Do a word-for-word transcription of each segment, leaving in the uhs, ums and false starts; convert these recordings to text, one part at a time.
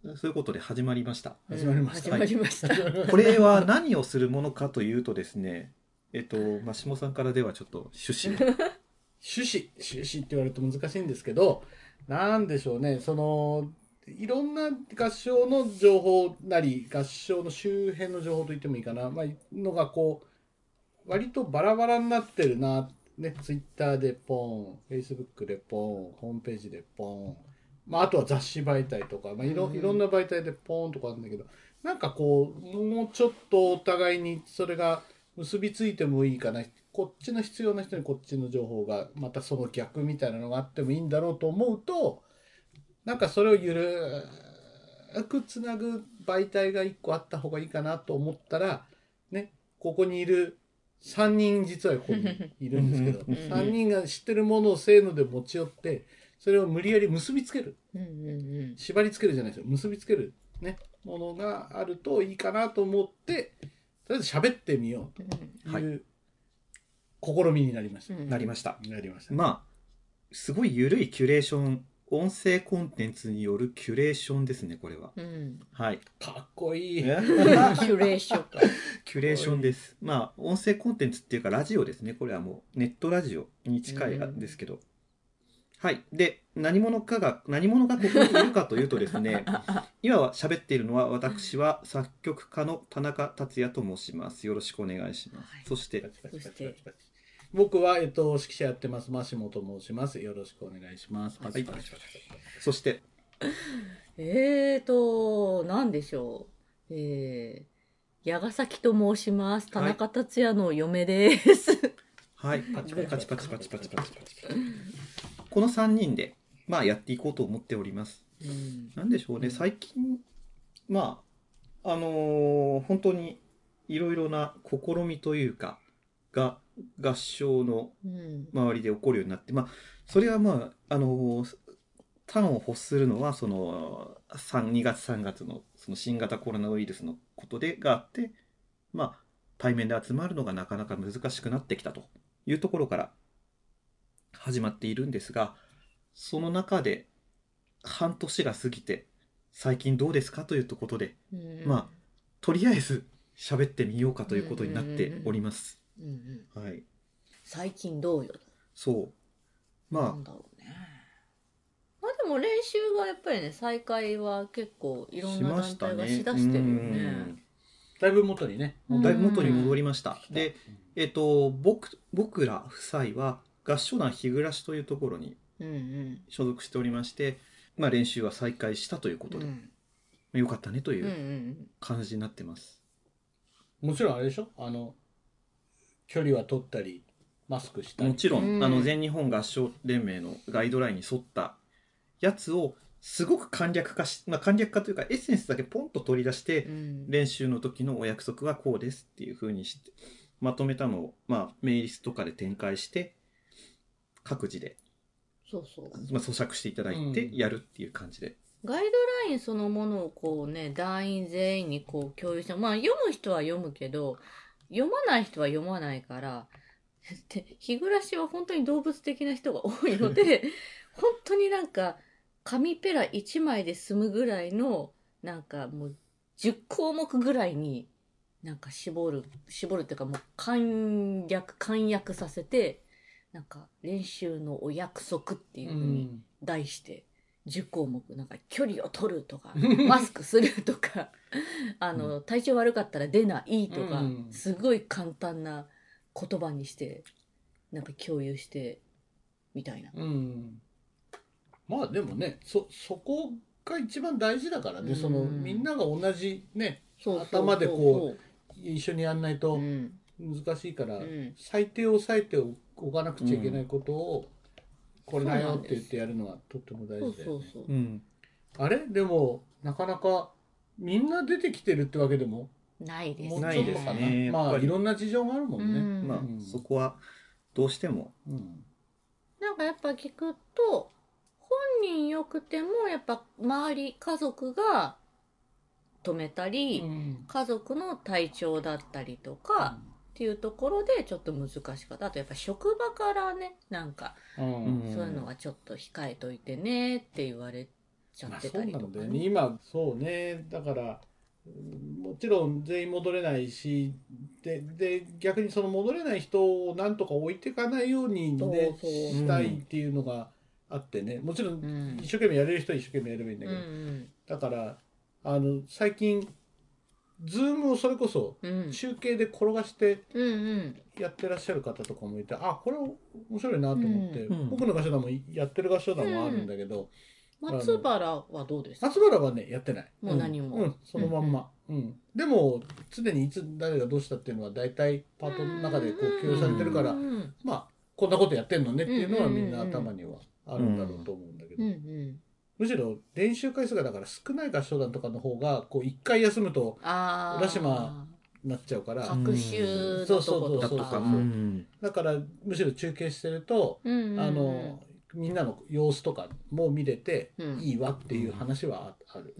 そういうことで始まりました。 始まりました。 始まりました。 はい、これは何をするものかというとですね、えっと、まあ、下さんからではちょっと趣旨を。 趣旨、趣旨って言われると難しいんですけど、なんでしょうね、その、いろんな合唱の情報なり、合唱の周辺の情報と言ってもいいかな、まあ、のがこう、割とバラバラになってるな、ね、ツイッターでポン、フェイスブックでポン、ホームページでポン、まあ、あとは雑誌媒体とか、まあ、いろ、いろんな媒体でポンとかあるんだけど、なんかこう、もうちょっとお互いにそれが結びついてもいいかな。こっちの必要な人にこっちの情報が、またその逆みたいなのがあってもいいんだろうと思うと、なんかそれをゆるーくつなぐ媒体がいっこあった方がいいかなと思ったら、ね、ここにいるさんにん実はここにいるんですけど、さんにんが知ってるものをせーので持ち寄って、それを無理やり結びつける。縛りつけるじゃないですよ。結びつける、ね、ものがあるといいかなと思って、とりあえず喋ってみようという試みになりました。 なりました。 なりました。 まあ、すごい緩いキュレーション、音声コンテンツによるキュレーションですね、これは。うん、はい。 かっこいい。 キュレーションか。 キュレーションです。まあ、音声コンテンツっていうかラジオですね。これはもうネットラジオに近いんですけど。はい。で、何者かが、何者がここにいるかというとですね、今は喋っているのは、私は作曲家の田中達也と申します。よろしくお願いします。はい、そして、 そして僕は、えっと、指揮者やってます、マシモと申します。よろしくお願いします。パチパチパチパチ。 そして、 えーと、なんでしょう。えー、矢ヶ崎と申します。田中達也の嫁です。 はい。パチパチパチパチパチパチパチパチ。このさんにんで、まあ、やっていこうと思っております。うん、なんでしょうね、最近、まあ、あのー、本当にいろいろな試みというか、が合唱の周りで起こるようになって、まあ、それはまあ、あのー、端を欲するのは、その、にがつさんがつのその新型コロナウイルスのことでがあって、まあ、対面で集まるのがなかなか難しくなってきたというところから始まっているんですが、その中で半年が過ぎて最近どうですかということで、うん、まあとりあえず喋ってみようかということになっております。はい。 最近どうよ。 そう。まあ。 なんだろうね。まあでも練習はやっぱりね、再開は結構いろんな団体がしだしてるよね。 だいぶ元にね。 だいぶ元に戻りました。で、えっと僕僕ら夫妻は合唱団日暮というところに所属しておりまして、うんうん、まあ、練習は再開したということで、うん、よかったねという感じになってます。 もちろんあれでしょ、あの距離は取ったりマスクしたり、 もちろん、うん、あの全日本合唱連盟のガイドラインに沿ったやつをすごく簡略化し、まあ、簡略化というかエッセンスだけポンと取り出して、うん、練習の時のお約束はこうですっていう風にしてまとめたのを、まあ、メイリストとかで展開して各自でそうそう、 まあ、咀嚼していただいてやるっていう感じで、 うん、ガイドラインそのものをこうね団員全員にこう共有して、まあ読む人は読むけど読まない人は読まないからで日暮は本当に動物的な人が多いので本当になんか紙ペラいちまいで済むぐらいのなんかもうじゅっこうもくぐらいになんか絞る絞るっていうかもう簡略簡約させてなんか練習のお約束っていうふうに題してじゅっこうもく、なんか距離を取るとかマスクするとかあの体調悪かったら出ないとか、すごい簡単な言葉にしてなんか共有してみたいな、うん、 まあでもね そ, そこが一番大事だからね、うん、そのみんなが同じね頭でこう一緒にやんないと難しいから、うん、最低を抑えておかなくちゃいけないことを、うん、これだよって言ってやるのはとっても大事だよね。そうそうそう、うん、あれでもなかなかみんな出てきてるってわけでもないですね。 ないですね。 まあいろんな事情があるもんね。うん、 まあ、うん、そこはどうしても、うん、 なんかやっぱ聞くと本人よくてもやっぱ周り家族が止めたり、うん、家族の体調だったりとか、うんっていうところでちょっと難しかった。あとやっぱ職場からねなんか、うん、そういうのはちょっと控えといてねって言われちゃってたりとか、ね、 まあ、そうなんだよね今そうねだからもちろん全員戻れないしでで逆にその戻れない人をなんとか置いていかないように、ね、 そうそうしたいっていうのがあってねもちろん一生懸命やれる人は一生懸命やればいいんだけど、うん、だからあの最近ズームをそれこそ中継で転がしてやってらっしゃる方とかもいて、うんうん、あこれ面白いなと思って、うん、僕の合唱団もやってる合唱団もあるんだけど、うん松原はどうですか？ 松原はねやってない。 もう何も。 うん、うん、そのまんま。うん、うん。でも常にいつ誰がどうしたっていうのは大体パートの中でこう共有されてるから、まあこんなことやってんのねっていうのはみんな頭にはあるんだろうと思うんだけど、うんうん、むしろ練習回数がだから少ない合唱団とかの方がこう一回休むと浦島になっちゃうから、 学習のとことか、 だからむしろ中継してると、うんうんうん、あのみんなの様子とかも見れていいわっていう話はある。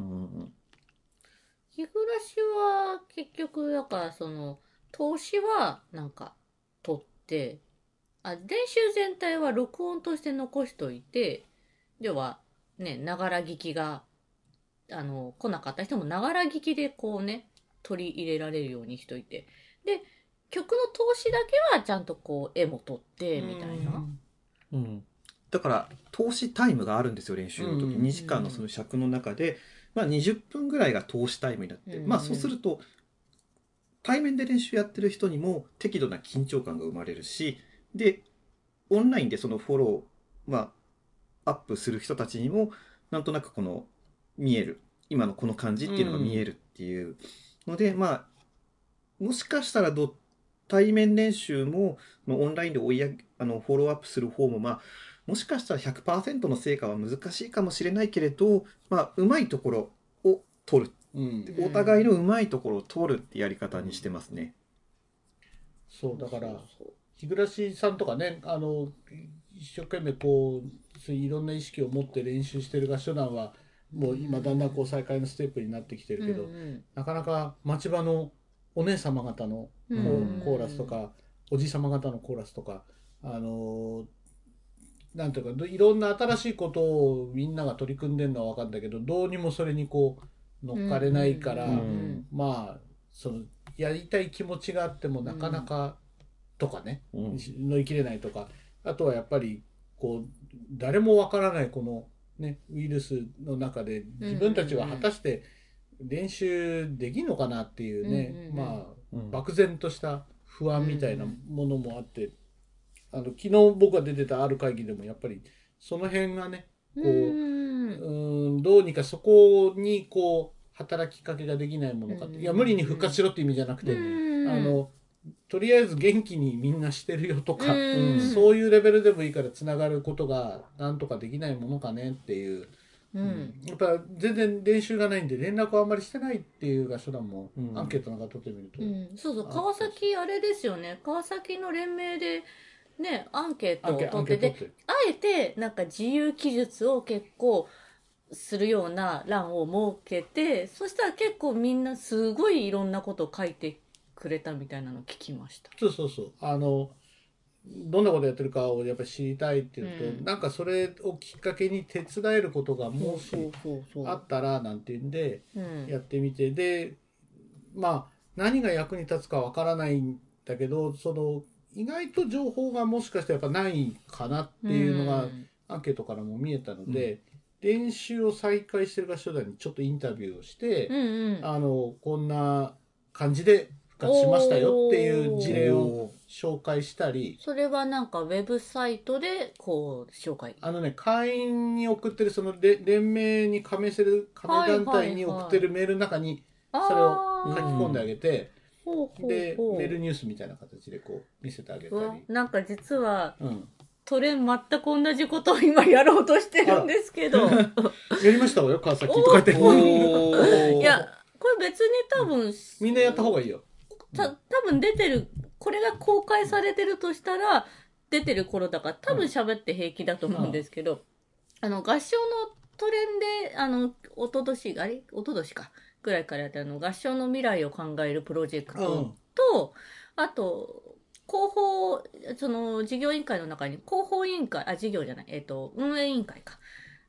日暮は結局だからその投資はなんか取ってあ練習全体は録音として残しといて要はねながら聞きがあの来なかった人もながら聞きでこうね取り入れられるようにしといてで曲の投資だけはちゃんとこう絵も撮ってみたいな。 うん、だから投資タイムがあるんですよ練習の時、うん、にじかんのその尺の中で、まあ、にじゅっぷんぐらいが投資タイムになって、うん、まあそうすると対面で練習やってる人にも適度な緊張感が生まれるしでオンラインでそのフォロー、まあ、アップする人たちにもなんとなくこの見える今のこの感じっていうのが見えるっていうので、うん、まあもしかしたらど対面練習もオンラインで追い上げあのフォローアップする方もまあもしかしたら ひゃくパーセント の成果は難しいかもしれないけれど、まあ、うまいところを取る、うん、お互いのうまいところを取るってやり方にしてますね。 そうだから日暮さんとかねあの一生懸命こうそういういろんな意識を持って練習してる合唱団はもう今だんだんこう再開のステップになってきてるけど、うんうん、なかなか町場のお姉様方のコーラスとかおじ様方のコーラスとかあのなんていうかいろんな新しいことをみんなが取り組んでるのは分かるんだけどどうにもそれにこう乗っかれないから、うんうん、まあそのやりたい気持ちがあってもなかなかとかね、うん、乗り切れないとかあとはやっぱりこう誰も分からないこの、ね、ウイルスの中で自分たちは果たして練習できるのかなっていうね、うんうんうん、まあ、うん、漠然とした不安みたいなものもあって、あの昨日僕が出てたある会議でもやっぱりその辺がねこう、うん、どうにかそこにこう働きかけができないものかって、いや無理に復活しろって意味じゃなくて、あのとりあえず元気にみんなしてるよとか、うん、そういうレベルでもいいからつながることがなんとかできないものかねっていう。うん、やっぱ全然練習がないんで連絡をあんまりしてないっていう合唱団もアンケートなんか取ってみると、うんうん、そうそう川崎あれですよね川崎の連盟でねアンケートを取っててあえてなんか自由記述を結構するような欄を設けてそしたら結構みんなすごいいろんなことを書いてくれたみたいなのを聞きました。 そうそうそうあのどんなことやってるかをやっぱり知りたいっていうと、うん、なんかそれをきっかけに手伝えることがもしあったらなんていうんでやってみて、うん、でまあ何が役に立つかわからないんだけどその意外と情報がもしかしてやっぱないかなっていうのがアンケートからも見えたので、うん、練習を再開してる合唱団にちょっとインタビューをして、うんうん、あのこんな感じで復活しましたよっていう事例を紹介したり、 それはなんかウェブサイトでこう紹介あのね会員に送ってるその連盟に加盟してる加盟団体に送ってるメールの中にそれを書き込んであげて、でメールニュースみたいな形でこう見せてあげたり、 なんか実は、うん、トレン全く同じことを今やろうとしてるんですけどやりましたわよ川崎とかっていやこれ別に多分、うん、 みんなやった方がいいよた多分出てるこれが公開されてるとしたら出てる頃だから多分喋って平気だと思うんですけど、うん、あの合唱のトレンであのおととしあれおととしかぐらいからやったあの合唱の未来を考えるプロジェクトと、うん、あと広報その事業委員会の中に広報委員会あ事業じゃないえっ、ー、と運営委員会か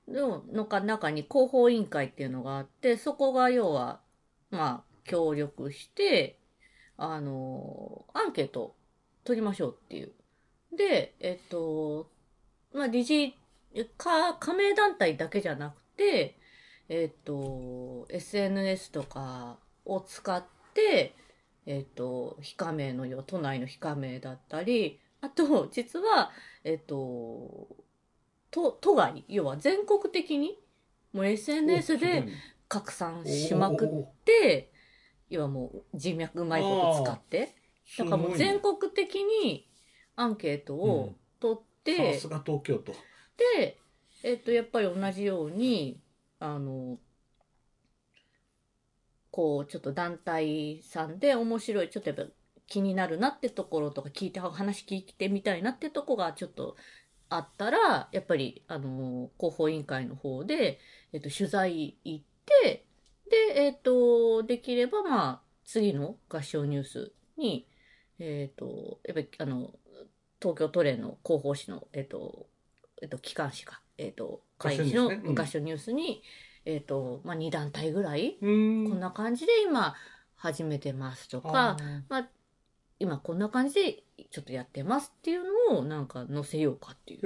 ののか中に広報委員会っていうのがあって、そこが要は、まあ、協力して、あの、アンケートを取りましょうっていう。で、えっと、まあ、理事、か、加盟団体だけじゃなくて、えっと、エスエヌエス とかを使って、えっと、非加盟のよ、都内の非加盟だったり、あと、実は、えっと、都、都外、要は全国的に、もう エスエヌエス で拡散しまくって、要はもう人脈うまいこと使って、だからもう全国的にアンケートを取って、 さすが東京都。 で、えっと、やっぱり同じように、あの、こう、ちょっと団体さんで面白い、ちょっとやっぱ気になるなってところとか聞いて、話聞いてみたいなってとこがちょっとあったら、やっぱり、あの、広報委員会の方で、えっと、取材行って、で、えっと、できれば、まあ、次の合唱ニュースに、えっと、やっぱり、あの、東京都連の広報誌の、えっと、えっと、機関誌か、えっと、会議の合唱ニュースに、えっと、まあ、に団体ぐらい、こんな感じで今、始めてますとか、まあ、今こんな感じでちょっとやってますっていうのをなんか載せようかっていう。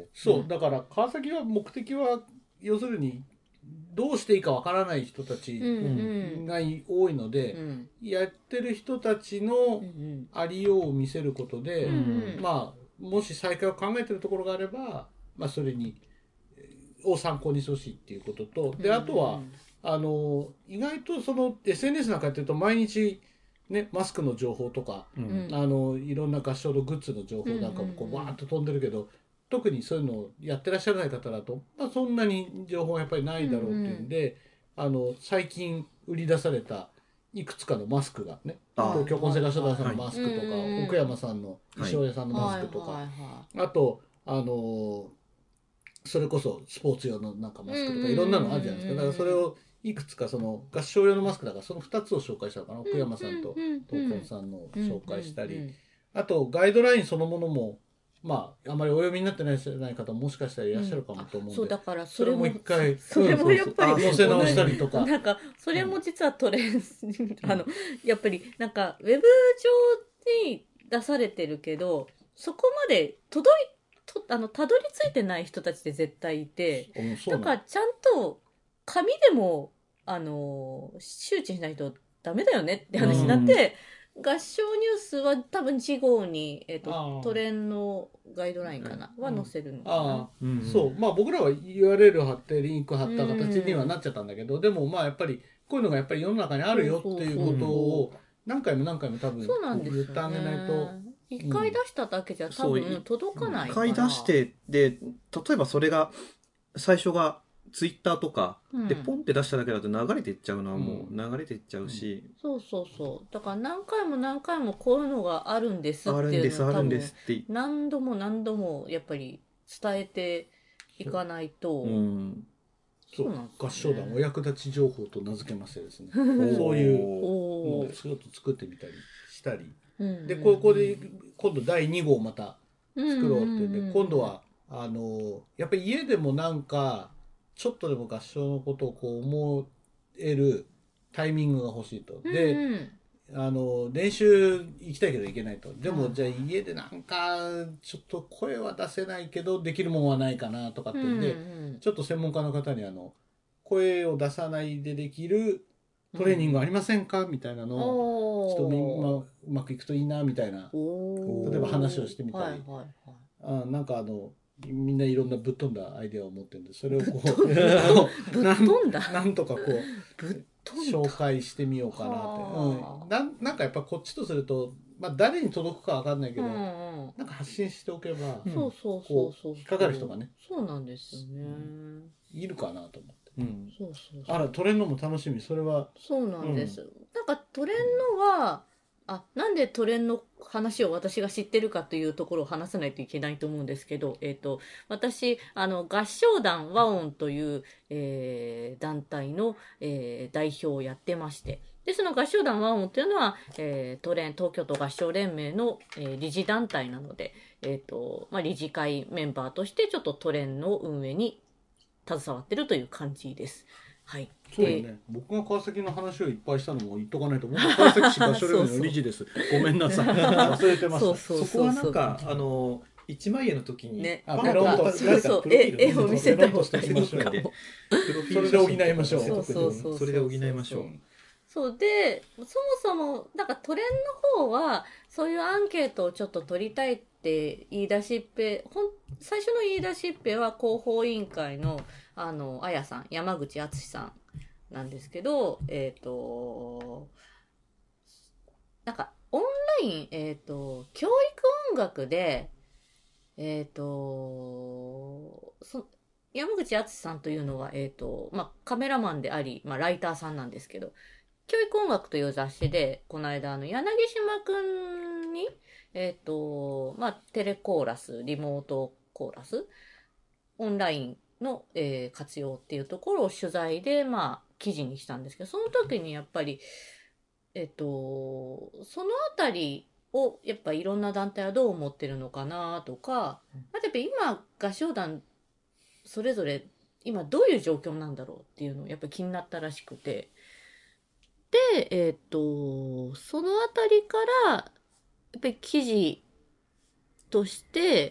そう、うん、だから川崎は目的は要するにどうしていいかわからない人たちが多いので、うんうん、やってる人たちのありようを見せることで、うんうん、まあもし再開を考えてるところがあれば、まあ、それにを参考にしてほしいっていうことと、であとはあの意外とその エスエヌエス なんかやってると毎日ね、マスクの情報とか、うん、あのいろんな合唱のグッズの情報なんかもこうわーっと飛んでるけど、特にそういうのをやってらっしゃらない方だと、まあ、そんなに情報はやっぱりないだろうっていうんで、うんうん、あの最近売り出されたいくつかのマスクがね、東京混声合唱団さんのマスクとか、はい、奥山さんの衣装屋さんのマスクとか、はい、あとあのそれこそスポーツ用のなんかマスクとかいろんなのあるじゃないですか。だからそれをいくつかその合唱用のマスクだからそのふたつを紹介したのかな、奥山さんと東根さんの紹介したり、あとガイドラインそのものもまああまりお読みになってない方ももしかしたらいらっしゃるかもと思うんで、 そうだからそれも一回それもやっぱり載せ直したりとか、 なんかそれも実はトレンあのやっぱりなんかウェブ上に出されてるけどそこまで届いとあのたどり着いてない人たちって絶対いて、だからちゃんと紙でもあの周知しないとダメだよねって話になって、うん、合唱ニュースは多分次号に、えーと、トレンのガイドラインかな、うん、は載せるのかな、あ、 うん、そうまあ僕らは ユーアールエル 貼ってリンク貼った形にはなっちゃったんだけど、うん、でもまあやっぱりこういうのがやっぱり世の中にあるよっていうことを何回も何回も多分言ってあげないと。 一回出しただけじゃ多分届かないから、 一回出してで例えばそれが最初がツイッターとかでポンって出しただけだと流れていっちゃうのはもう流れていっちゃうし、 うんうん、そうそうそうだから何回も何回もこういうのがあるんですっていうのを多分何度も何度もやっぱり伝えていかないと、 そう、うん、そうなんですね、合唱団お役立ち情報と名付けましてですねそういうのをちょっと作ってみたりしたりでここで今度だいに号また作ろうってで今度はあのやっぱり家でもなんかちょっとでも合唱のことをこう思えるタイミングが欲しいと。で、うんうん、あの練習行きたいけど行けないと。でも、うん、じゃあ家でなんかちょっと声は出せないけどできるもんはないかなとかっていうんで、うんうん、ちょっと専門家の方にあの声を出さないでできるトレーニングありませんか、うん、みたいなのをちょっとみんなうまくいくといいなみたいな例えば話をしてみたり、はいはいはい、あなんかあのみんないろんなぶっ飛んだアイデアを持ってるんでそれをこうぶっ飛んだなんとかこう紹介してみようかなって、うん、な, なんかやっぱこっちとすると、まあ、誰に届くか分かんないけど、うんうん、なんか発信しておけば、 うん、そうそうそうそう引っかかる人がねそうなんですよね、うん、 いるかなと思って、 うん、そうそうそうあらトレンドも楽しみそれはそうなんです、うん、なんかトレンドはあなんでトレンの話を私が知ってるかというところを話さないといけないと思うんですけど、えーと、私あの合唱団和音という、えー、団体の、えー、代表をやってましてでその合唱団和音というのは、えー、トレン東京都合唱連盟の、えー、理事団体なので、えーとまあ、理事会メンバーとしてちょっとトレンの運営に携わってるという感じです。はい。 そうだね、えー、僕が川崎の話をいっぱいしたのも言っとかないと、僕は川崎市合唱連盟の理事です。ごめんなさい。忘れてました。 そうそうそうそう、そこはなんか、あの、一枚絵の時に、 ね、 あ、ペロンと、 そうそう、絵を見せた方がいいかも。 それで補いましょう。 そうそうそう。 それで補いましょう。 そうで、そもそも、なんかトレンの方は、そういうアンケートをちょっと取りたいって言い出しっぺ、ほん、最初の言い出しっぺは広報委員会の、あの、あやさん、山口敦さんなんですけど、えっと、なんか、オンライン、えっと、教育音楽で、えっと、そ、山口敦さんというのは、えっと、まあ、カメラマンであり、まあ、ライターさんなんですけど、教育音楽という雑誌で、この間、あの、柳島くんに、えっと、まあ、テレコーラス、リモートコーラス、オンラインの、えー、活用っていうところを取材で、まあ、記事にしたんですけど、その時にやっぱり、えっと、そのあたりを、やっぱいろんな団体はどう思ってるのかなとか、あとやっぱ今、合唱団、それぞれ、今どういう状況なんだろうっていうのをやっぱ気になったらしくて、で、えっと、そのあたりから、やっぱり記事として、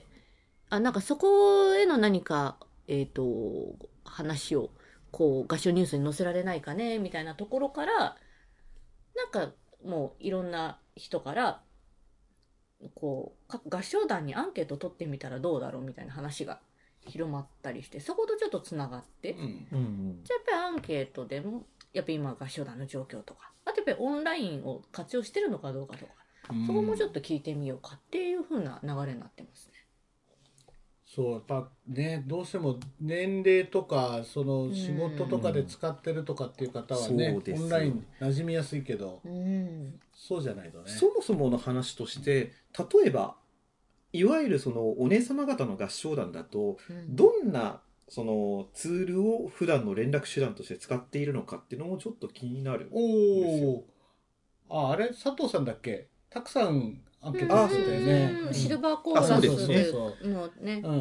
あ、なんかそこへの何か、えっと、話を、こう、合唱ニュースに載せられないかね、みたいなところから、なんかもういろんな人から、こう、各合唱団にアンケート取ってみたらどうだろうみたいな話が広まったりして、そことちょっとつながって、うんうん、じゃあやっぱりアンケートでも、やっぱり今合唱団の状況とか、あとやっぱりオンラインを活用してるのかどうかとか、そこもちょっと聞いてみようかっていう風な流れになってますね。 そう、やっぱね、どうしても年齢とか、その仕事とかで使ってるとかっていう方はね、オンライン馴染みやすいけど、うん、そうじゃないとね。 そもそもの話として、例えば、いわゆるそのお姉様方の合唱団だと、うん、どんなそのツールを普段の連絡手段として使っているのかっていうのもちょっと気になるんですよ。 おあ、あれ佐藤さんだっけ、たくさんアンケートしてたよね、 うん、シルバーコーラスのね、うんうん、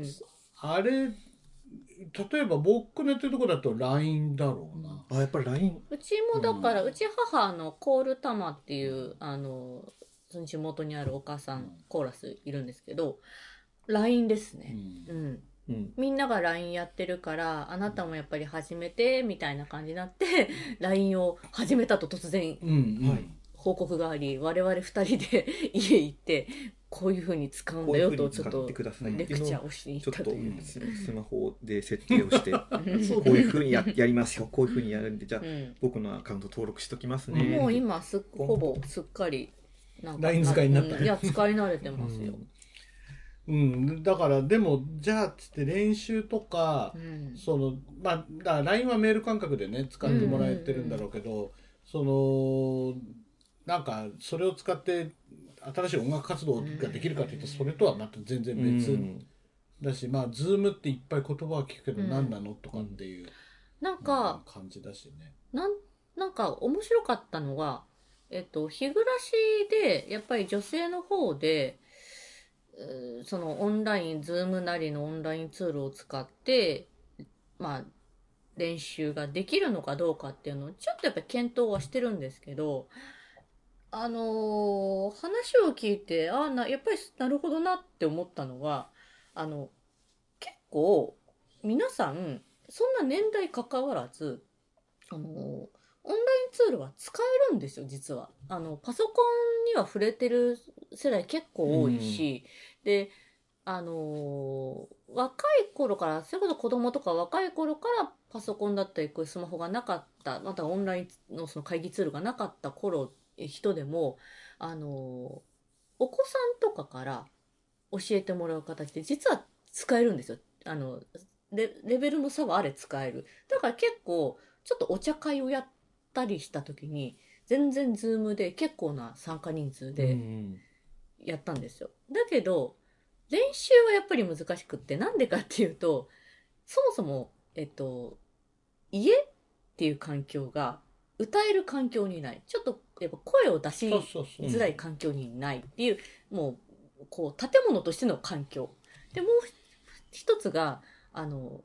あれ例えば僕のやってるところだと ライン だろうな、 あ、やっぱり ライン、 うちもだから、うん、うち母のコールタマっていうあのその地元にあるお母さん、うん、コーラスいるんですけど ライン ですね、うんうんうん、みんなが ライン やってるからあなたもやっぱり始めてみたいな感じになって ライン を始めたと突然、うんうん、はい報告があり、我々二人で家行ってこういう風に使うんだよとちょっとレクチャーをしに行ったという、 ちょっとスマホで設定をしてこういう風に や, やりますよ、こういう風にやるんで、じゃあ、うん、僕のアカウント登録しときますね。 もう今すほぼすっかりなんか ライン 使いになった、 うん、いや使い慣れてますよ。 うん、だからでもじゃあつって練習とか、うん、そのまあだから ライン はメール感覚でね使ってもらえてるんだろうけど、うんうんうん、そのなんかそれを使って新しい音楽活動ができるかというとそれとはまた全然別だし、まあズームっていっぱい言葉は聞くけど何なのとかっていうなんか感じだしね。 なんなんか面白かったのが、えっと日暮らしでやっぱり女性の方でそのオンラインズームなりのオンラインツールを使ってまあ練習ができるのかどうかっていうのをちょっとやっぱり検討はしてるんですけど。あのー、話を聞いて、あな、やっぱりなるほどなって思ったのは、あの、結構、皆さん、そんな年代関わらず、あのー、オンラインツールは使えるんですよ、実は。あの、パソコンには触れてる世代結構多いし、うん、で、あのー、若い頃から、それこそ子供とか若い頃からパソコンだったり、こういうスマホがなかった、またオンラインのその会議ツールがなかった頃人でもあのお子さんとかから教えてもらう形で実は使えるんですよ。あの レ, レベルの差はあれ使える。だから結構ちょっとお茶会をやったりした時に全然ズームで結構な参加人数でやったんですよ。だけど練習はやっぱり難しくって、なんでかっていうとそもそもえっと家っていう環境が歌える環境にない。ちょっとやっぱ声を出しづらい環境にないっていう、もう、こう、建物としての環境。で、もう一つが、あの、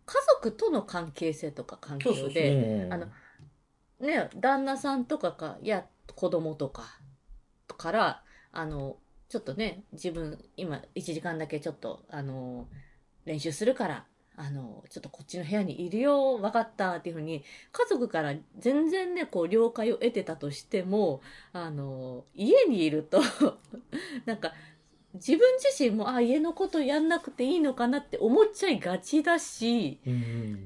家族との関係性とか環境そうそうそうで、あの、ね、旦那さんとかか、いや、子供とかから、あの、ちょっとね、自分、今、いちじかんだけちょっと、あの、練習するから、あの、ちょっとこっちの部屋にいるよ、わかったっていうふうに、家族から全然ね、こう、了解を得てたとしても、あの、家にいると、なんか、自分自身も、あ、家のことやんなくていいのかなって思っちゃいがちだし、 うん、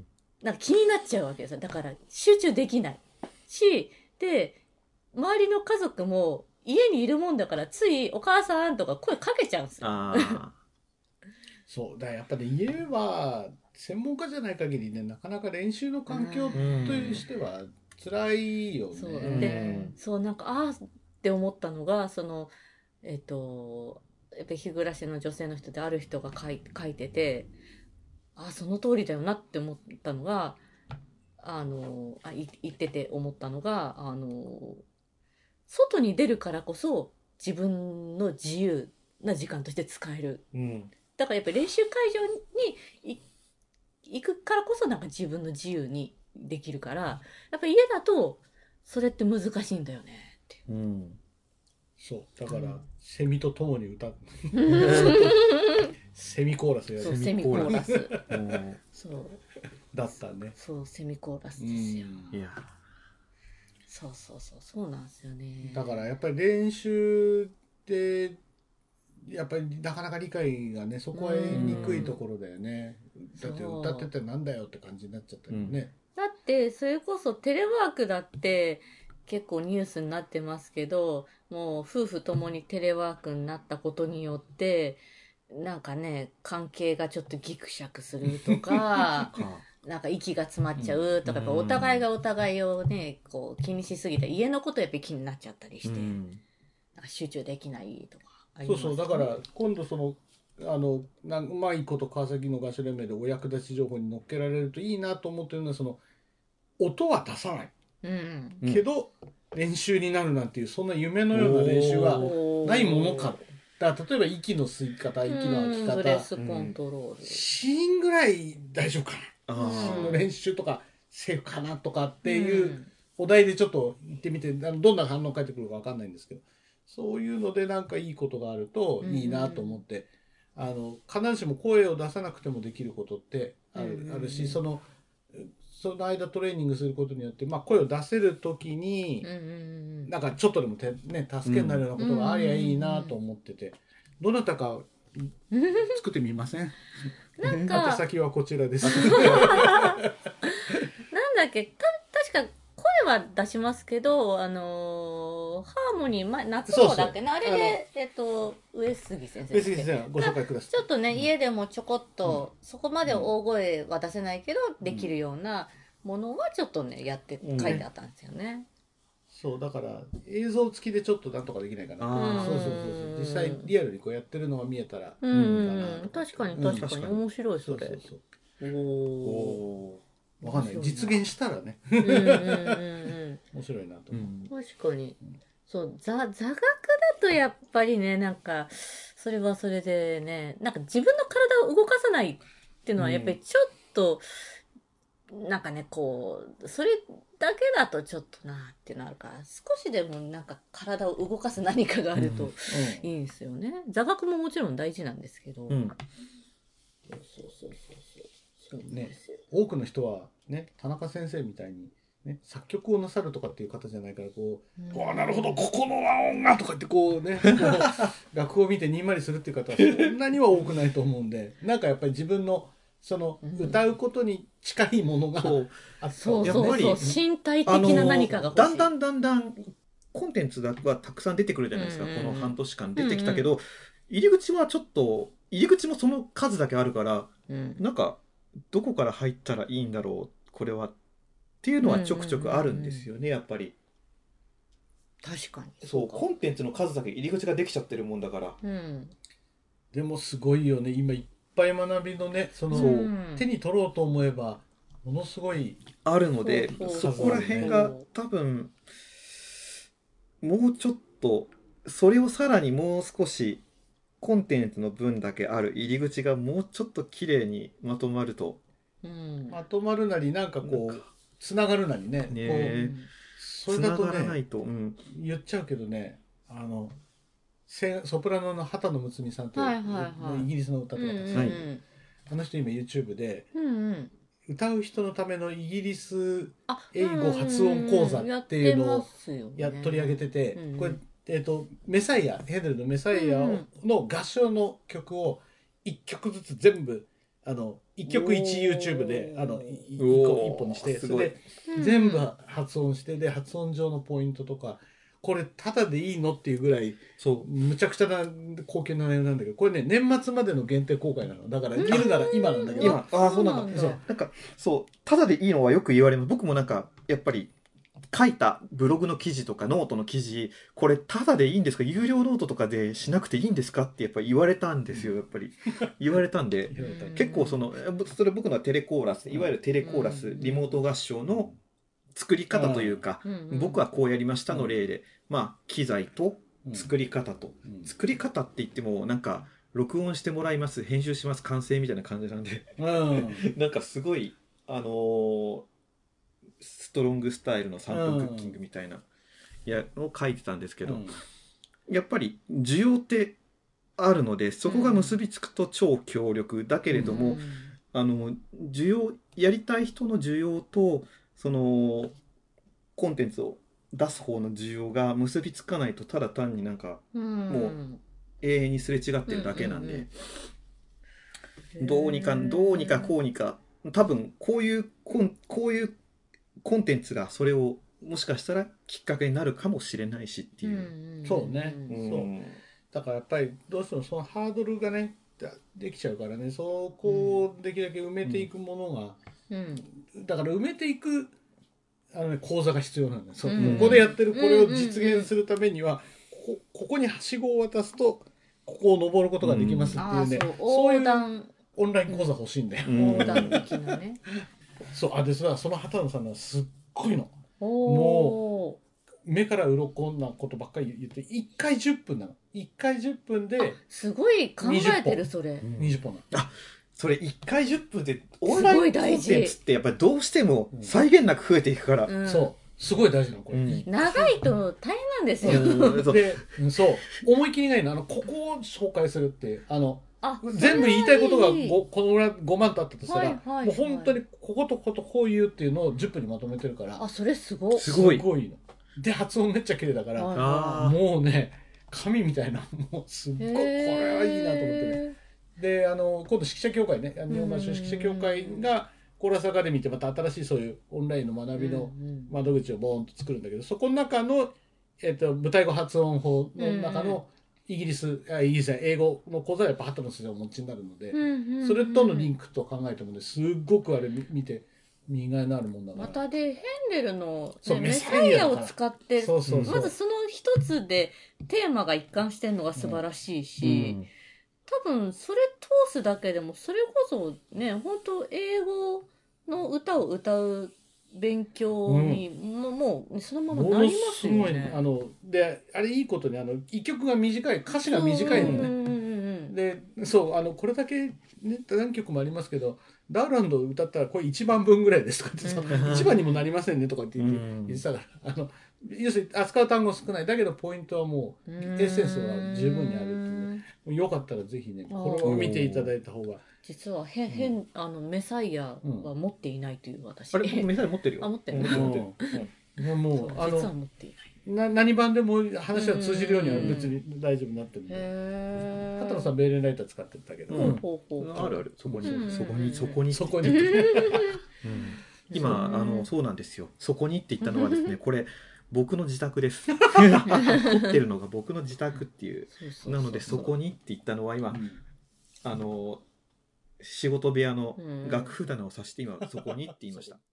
なんか気になっちゃうわけですよ。だから、集中できないし、で、周りの家族も、家にいるもんだから、ついお母さんとか声かけちゃうんですよ。 あそうだからやっぱね家は専門家じゃない限りねなかなか練習の環境としては辛いよね。 そううんで、そうなんかああって思ったのがそのえっ、とやっぱり日暮らしの女性の人である人が書い書いてて、ああその通りだよなって思ったのがあのあい言ってて思ったのがあの外に出るからこそ自分の自由な時間として使える。 うんだからやっぱり練習会場にい行くからこそなんか自分の自由にできるから、やっぱり家だとそれって難しいんだよねってーうんそうだから、 うんセミと共に歌ういう。 セミコーラスやそう、 るセミコーラス。 うんそう、 だったね。 そう、セミコーラスうですよ。 んいやそうそうそう、そうなんですよね。 だからやっぱり練習でやっぱりなかなか理解がねそこは得にくいところだよね。だってそう歌っててなんだよって感じになっちゃったよね。 だってそれこそテレワークだって結構ニュースになってますけど、もう夫婦ともにテレワークになったことによってなんかね関係がちょっとギクシャクするとかかなんか息が詰まっちゃうとか、 うんやっぱお互いがお互いをねこう気にしすぎて家のことやっぱり気になっちゃったりして、 うんなんか集中できないとかありそうますね。 そうだから今度そのあのなんうまいこと川崎の合唱連盟でお役立ち情報に乗っけられるといいなと思ってるのはその音は出さないうんうんけど練習になるなんていうそんな夢のような練習はないものか。だから例えば息の吸い方息の吐きうんブレ方スコントロール、 シーンぐらい大丈夫かなあシーンのー練習とかセーフかなとかっていうお題でちょっと言ってみてあのどんな反応返ってくるか分かんないんですけどそういうのでなんかいいことがあるといいなと思ってあの必ずしも声を出さなくてもできることってある,、 うんあるしそのその間トレーニングすることによって、まあ、声を出せる時に、 うんうんうんなんかちょっとでもて、ね、助けになるようなことがありゃいいなと思ってて、どなたか作ってみませんなんか宛先はこちらです。 なんだっけた確か声は出しますけど、あのーハーモニー、ま、夏号だっけなあれで、えっと、上杉先生だっけ上杉先生ご紹介ください。 ちょっとね、家でもちょこっと、そこまで大声は出せないけど、できるようなものはちょっとね、やって、 うん書いてあったんですよね。 そうだから映像付きでちょっとなんとかできないかな。 あーそうそうそうそう実際リアルにこうやってるのが見えたらういいかな。 ん、確かにうん確かに、 確かに面白いそれ。 そうそうそうおーわかんない面白いな実現したらねうんうんうんうん。 面白いなとう思う。 ん確かに。そう、座、座学だとやっぱりね、なんか、それはそれでね、なんか自分の体を動かさないっていうのはやっぱりちょっと、なんかね、こう、それだけだとちょっとなってなるから、少しでもなんか体を動かす何かがあるとうんいいんですよね。座学ももちろん大事なんですけど。 うんそうそうそうそうそう。そうね多くの人はね田中先生みたいに、ね、作曲をなさるとかっていう方じゃないからこう「 うんわあなるほどここの和音が」とかってこうねこう楽譜を見てにんまりするっていう方はそんなには多くないと思うんでなんかやっぱり自分のそのうん歌うことに近いものがそうあったそうやっぱりそうそう、身体的あのな何かが欲しい。 だんだんだんだんコンテンツがたくさん出てくるじゃないですか、 うんうんこの半年間出てきたけど、入り口はちょっと入り口もその数だけあるからうんなんかどこから入ったらいいんだろうこれはっていうのはちょくちょくあるんですよね、やっぱり確かに。 そうかコンテンツの数だけ入り口ができちゃってるもんだからうん。 でもすごいよね今いっぱい学びのねそのそう手に取ろうと思えばものすごいあるのでそうそこら辺が多分もうちょっとそれをさらにもう少しコンテンツの分だけある入り口がもうちょっと綺麗にまとまるとうん、 まとまるなりなんかこうつながるなりね、 ねこうそれだと繋がらないね、 と、うん、 言っちゃうけどね、あのソプラノの畑野睦美さんって、 はいはいはい、 イギリスの歌とかたくさん、 はい、 あの人今 YouTube で、 うんうん、 歌う人のためのイギリスあ英語発音講座っていうのをや取り上げてて、 うんうん、 これ、えーと、メサイアヘンデルのメサイアの合唱の曲をいっきょくずつ全部あのいっきょくいち YouTube であのいっぽんにして、それで全部発音してで発音上のポイントとか、これただでいいのっていうぐらいそうむちゃくちゃな高級な内容なんだけど、これね年末までの限定公開なのだから見るなら今なんだけど、 今ああそうなんだ、そうなんかそうただでいいのはよく言われます。僕もなんかやっぱり書いたブログの記事とかノートの記事、これただでいいんですか、有料ノートとかでしなくていいんですかってやっぱり言われたんですよ。やっぱり言われたんで結構そのそれ僕のはテレコーラス、いわゆるテレコーラスリモート合唱の作り方というか、僕はこうやりましたの例で、まあ機材と作り方と、作り方って言ってもなんか録音してもらいます、編集します、完成みたいな感じなんでなんかすごいあのーストロングスタイルのさんぷんクッキングみたいな、うん、やを書いてたんですけど、うん、やっぱり需要ってあるのでそこが結びつくと超強力だけれども、うん、あの需要やりたい人の需要とそのコンテンツを出す方の需要が結びつかないとただ単になんか、うん、もう永遠にすれ違ってるだけなんで、うんうんうん、どうにかどうにかこうにか多分こういうこうこういうコンテンツがそれをもしかしたらきっかけになるかもしれないしっていう、 うんうん、そうね、うん、そうだからやっぱりどうしてもそのハードルがねできちゃうからね、そこをできるだけ埋めていくものが、うんうん、だから埋めていくあの、ね、講座が必要なんです、うん、ここでやってるこれを実現するためには、ここ、ここにはしごを渡すとここを登ることができますっていうね、うん、そういうオンライン講座欲しいんだよ、うん、横断的なねそうあでその畑野さんのはすっごいのもう目から鱗なことばっかり言っていっかいじゅっぷんなのいっかいじゅっぷんですごい考えてるそれにじゅっぽんなの。 あそれいっかいじゅっぷんでオンラインコンテンツってやっぱりどうしても際限なく増えていくから、 うん、そうすごい大事なのこれ、うん、 長いと大変なんですよ、 うん、でそう思い切りがいいのあのここを紹介するってあのあ全部言いたいことが 5, このぐらいごまんとあったとしたら、はいはいはい、もう本当にこことこことこう言うっていうのをじゅっぷんにまとめてるから、 あそれすごいすごいすごいので発音めっちゃ綺麗だから、はい、もうね神みたいなもうすっごいこれはいいなと思ってね。であの今度指揮者協会ね日本合唱指揮者協会がコーラスアカデミーってまた新しいそういうオンラインの学びの窓口をボーンと作るんだけど、そこの中の、えっと、舞台語発音法の中のイギリス、あイギリスや英語の講座はやっぱ畑野先生をお持ちになるので、うんうんうん、それとのリンクと考えてもねすっごくあれ見て見がいのあるもんだから。 またでヘンデルの、ね、メサイアを使ってそうそうそうまずその一つでテーマが一貫してるのが素晴らしいし、うんうん、多分それ通すだけでもそれこそね本当英語の歌を歌う勉強に、うん、も, もうそのままなりますよね。 あのであれいいことにあの一曲が短い歌詞が短いのね、うんうんうん、でそうあのこれだけ、ね、何曲もありますけどダウランドを歌ったらこれいちばんぶんぐらいですとかってさ、うん、いちばんにもなりませんねとかって言って、うん、言ってたからあの要するに扱う単語少ないだけどポイントはもうエッセンスは十分にあるっていう、ね、よかったらぜひねこれを見ていただいた方が。 実はへ変、うん、あのメサイアは持っていないという私、 うん、あれメサイア持ってるよ。 あ持ってる。 うん、もうあの実は持っていない。な何番でも話は通じるようには別に大丈夫になってるんで。畑野さんベーレンライター使ってたけど、うん、 あるあるそこに、うん、そこにそこにそこに。 今あのそうなんですよ。そこにって言ったのはですねこれ。僕の自宅です。撮ってるのが僕の自宅っていう。なのでそこにって言ったのは今、うん、あの仕事部屋の楽譜棚を指して今そこにって言いました。